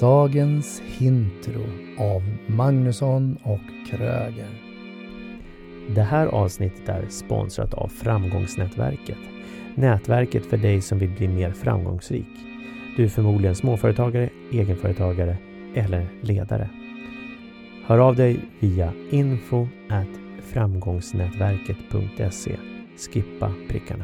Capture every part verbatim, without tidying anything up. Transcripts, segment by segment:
Dagens Hintro av Magnusson och Kröger. Det här avsnittet är sponsrat av Framgångsnätverket. Nätverket för dig som vill bli mer framgångsrik. Du är förmodligen småföretagare, egenföretagare eller ledare. Hör av dig via info at framgångsnätverket punkt se. Skippa prickarna.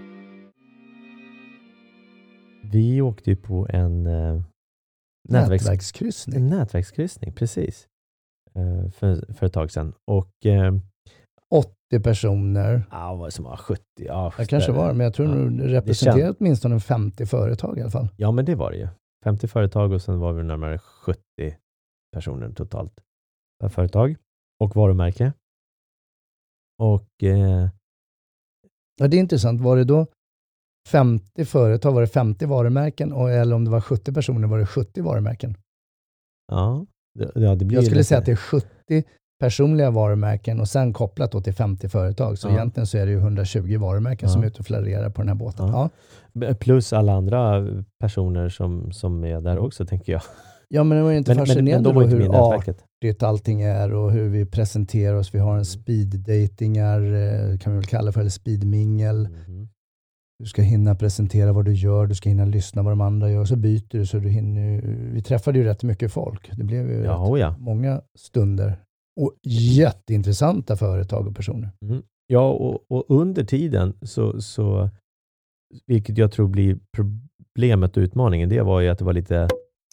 Vi åkte ju på en eh, nätverks- Nätverkskryssning. En nätverkskryssning, precis. Eh, för, för ett tag sedan. Och eh, åttio personer. ja, vad som var sjuttio. Ja, Det kanske var, men jag tror ja, det representerar åtminstone femtio företag i alla fall. Ja, men det var det ju. femtio företag och sen var vi närmare sjuttio personer totalt per företag och varumärke. Och eh, Ja, det är intressant. Var det då femtio företag, var det femtio varumärken, och, eller om det var sjuttio personer, var det sjuttio varumärken? ja, det, ja, det blir Jag skulle lite... säga att det är sjuttio personliga varumärken och sen kopplat då till femtio företag. Så ja. egentligen så är det ju hundratjugo varumärken ja. som är ute och florerar på den här båten. Ja. Ja. Plus alla andra personer som, som är där också, tänker jag. Ja, men det var ju inte Men, fascinerande men, men då hur artigt allting är och hur vi presenterar oss. Vi har en speeddatingar, kan vi väl kalla för, eller speedmingel. Mm. Du ska hinna presentera vad du gör, du ska hinna lyssna vad de andra gör, så byter du så du hinner. Vi träffade ju rätt mycket folk. Det blev ju ja, rätt ja. många stunder. Och jätteintressanta företag och personer. Mm. Ja, och, och under tiden så, så, vilket jag tror blir problemet och utmaningen, det var ju att det var lite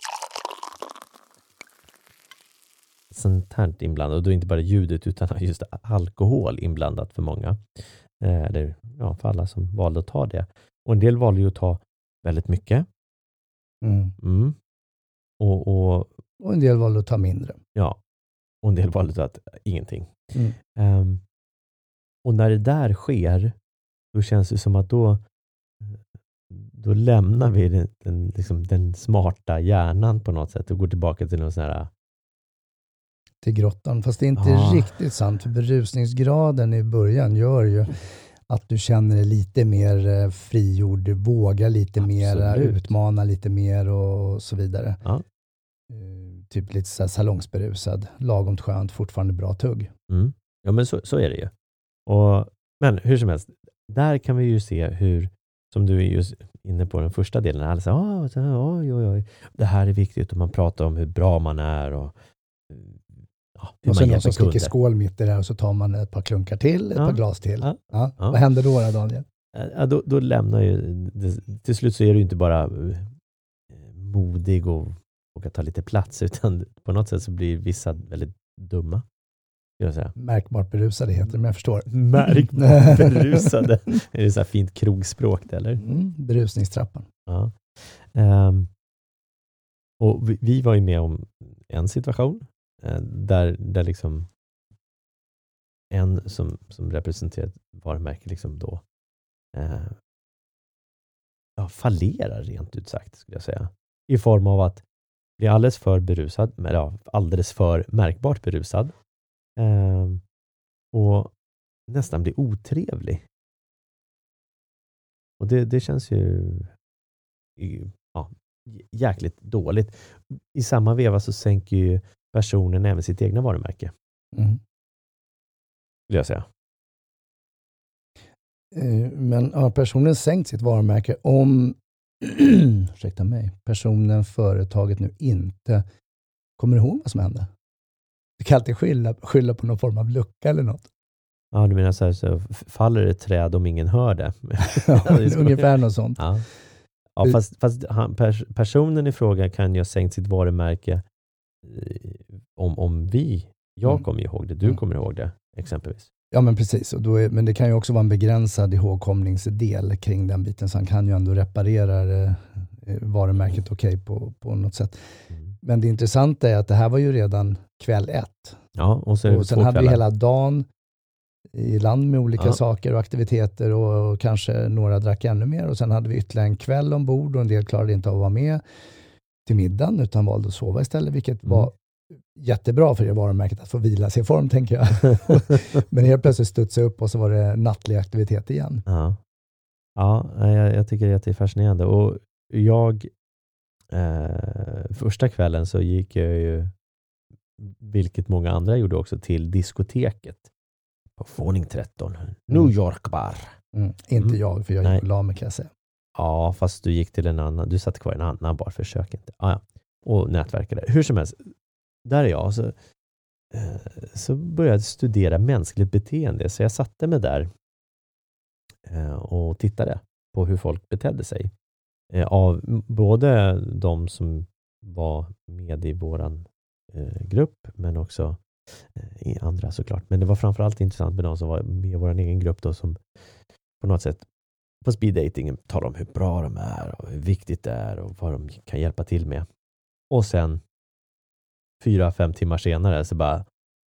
sånt här inblandat. Och då inte bara ljudet utan just alkohol inblandat för många. Eh, eller ja, för alla som valde att ta det. Och en del valde ju att ta väldigt mycket. Mm. Mm. Och, och, och en del valde att ta mindre. Ja. Och en del valde att ingenting. Mm. Um, och när det där sker, då känns det som att då då lämnar vi den, den, liksom, den smarta hjärnan på något sätt och går tillbaka till någon sån här till grottan. Fast det är inte ah. riktigt sant. För berusningsgraden i början gör ju att du känner dig lite mer frigjord. Du vågar lite mer, utmana lite mer och så vidare. Ja. Typ lite så här salongsberusad. Lagomt skönt, fortfarande bra tugg. Mm. Ja, men så, så är det ju. Och, men hur som helst, där kan vi ju se hur, som du är just inne på den första delen, alla säger, oj, oj, oj, det här är viktigt och man pratar om hur bra man är och ja, och så någon som sticker skål mitt i det och så tar man ett par klunkar till, ett ja. par glas till. Ja. Ja. Ja. Vad händer då, Daniel? Ja, då, då lämnar ju, det, till slut så är du inte bara modig och och ta lite plats, utan på något sätt så blir vissa väldigt dumma. Jag säga. Märkbart berusade heter det, men jag förstår. Märkbart berusade. Är det så här fint krogspråk, eller? Mm, berusningstrappan. Ja. Um, och vi, vi var ju med om en situation uh, där, där liksom en som, som representerar ett varumärke liksom då uh, ja, fallerar rent ut sagt, skulle jag säga. I form av att blir alldeles för berusad, men ja, alldeles för märkbart berusad. Eh, och nästan blir otrevlig. Och det, det känns ju ja, jäkligt dåligt. I samma veva så sänker ju personen även sitt egna varumärke. Mm. Vill jag säga. Men har personen sänkt sitt varumärke om ursäkta mig, personen, företaget nu inte kommer ihåg vad som hände? Du kan alltid skylla, skylla på någon form av lucka eller något. Ja, du menar så här, så faller ett träd om ingen hör det. Ja, ungefär något sånt. Ja, ja fast, fast han, pers, personen i fråga kan ju ha sänkt sitt varumärke om, om vi, jag mm. kommer ihåg det, du mm. kommer ihåg det exempelvis. Ja, men precis. Och då är, men det kan ju också vara en begränsad ihågkomningsdel kring den biten. Så han kan ju ändå reparera eh, varumärket okej okay på, på något sätt. Mm. Men det intressanta är att det här var ju redan kväll ett. Ja, och, så är det och sen två hade kvällar. vi hela dagen i land med olika ja. saker och aktiviteter. Och, och kanske några drack ännu mer. Och sen hade vi ytterligare en kväll ombord och en del klarade inte av att vara med till middagen utan valde att sova istället. Vilket mm. var jättebra för det varumärket att få vila sig i form, tänker jag. Men helt plötsligt studsade upp och så var det nattlig aktivitet igen. Ja, ja jag, jag tycker att det är fascinerande. Och jag, eh, första kvällen så gick jag ju, vilket många andra gjorde också, till diskoteket på våning tretton. New York bar. Mm. Inte mm. jag, för jag gick och la mig, kan jag säga. Ja, fast du gick till en annan. Du satt kvar i en annan bar, försök inte. Ah, ja. Och nätverkade. Hur som helst, där är jag. Så, eh, så började jag studera mänskligt beteende. Så jag satte mig där eh, och tittade på hur folk betedde sig. Eh, av både de som var med i våran eh, grupp, men också eh, i andra såklart. Men det var framförallt intressant med de som var med i vår egen grupp då, som på något sätt på speeddatingen talar om hur bra de är och hur viktigt det är och vad de kan hjälpa till med. Och sen fyra, fem timmar senare så bara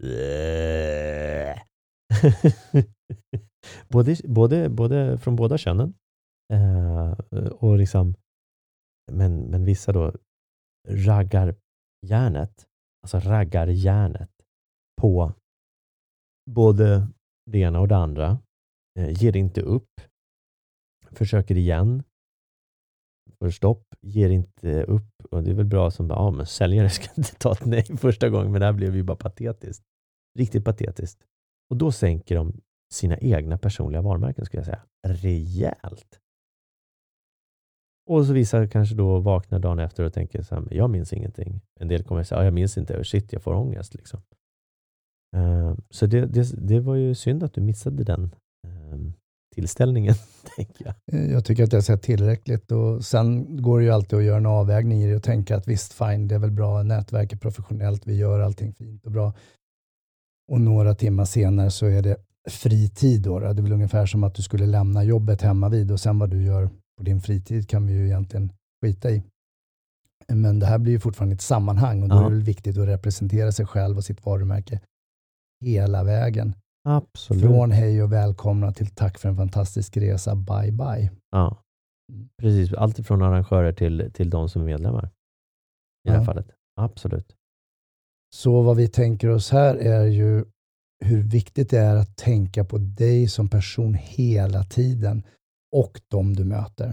både, både, både från båda könen eh, och liksom men, men vissa då raggar järnet, alltså raggar järnet på både det ena och det andra, eh, ger inte upp, försöker igen, får stopp, ger inte upp, och det är väl bra som ja, men säljare ska inte ta ett nej första gången, men det här blev ju bara patetiskt, riktigt patetiskt. Och då sänker de sina egna personliga varumärken, skulle jag säga, rejält. Och så vissa kanske då vaknar dagen efter och tänker så här, jag minns ingenting. En del kommer säga, ja, jag minns inte, shit, jag får ångest liksom. Uh, så det, det, det var ju synd att du missade den uh, tillställningen, tänker jag. Jag tycker att jag har sett tillräckligt, och sen går det ju alltid att göra en avvägning i det och tänka att visst, fine, det är väl bra, nätverket professionellt, vi gör allting fint och bra. Och några timmar senare så är det fritid då. Det är väl ungefär som att du skulle lämna jobbet hemma vid, och sen vad du gör på din fritid kan vi ju egentligen skita i. Men det här blir ju fortfarande ett sammanhang, och då ja. är det väl viktigt att representera sig själv och sitt varumärke hela vägen. Absolut. Från hej och välkomna till tack för en fantastisk resa, bye bye. Ja, precis. Allt från arrangörer till, till de som är medlemmar. I ja. det här fallet. Absolut. Så vad vi tänker oss här är ju hur viktigt det är att tänka på dig som person hela tiden och de du möter.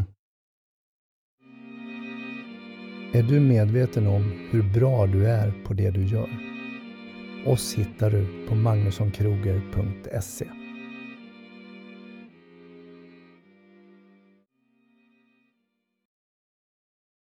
Är du medveten om hur bra du är på det du gör? Oss hittar du på magnussonkroger punkt se.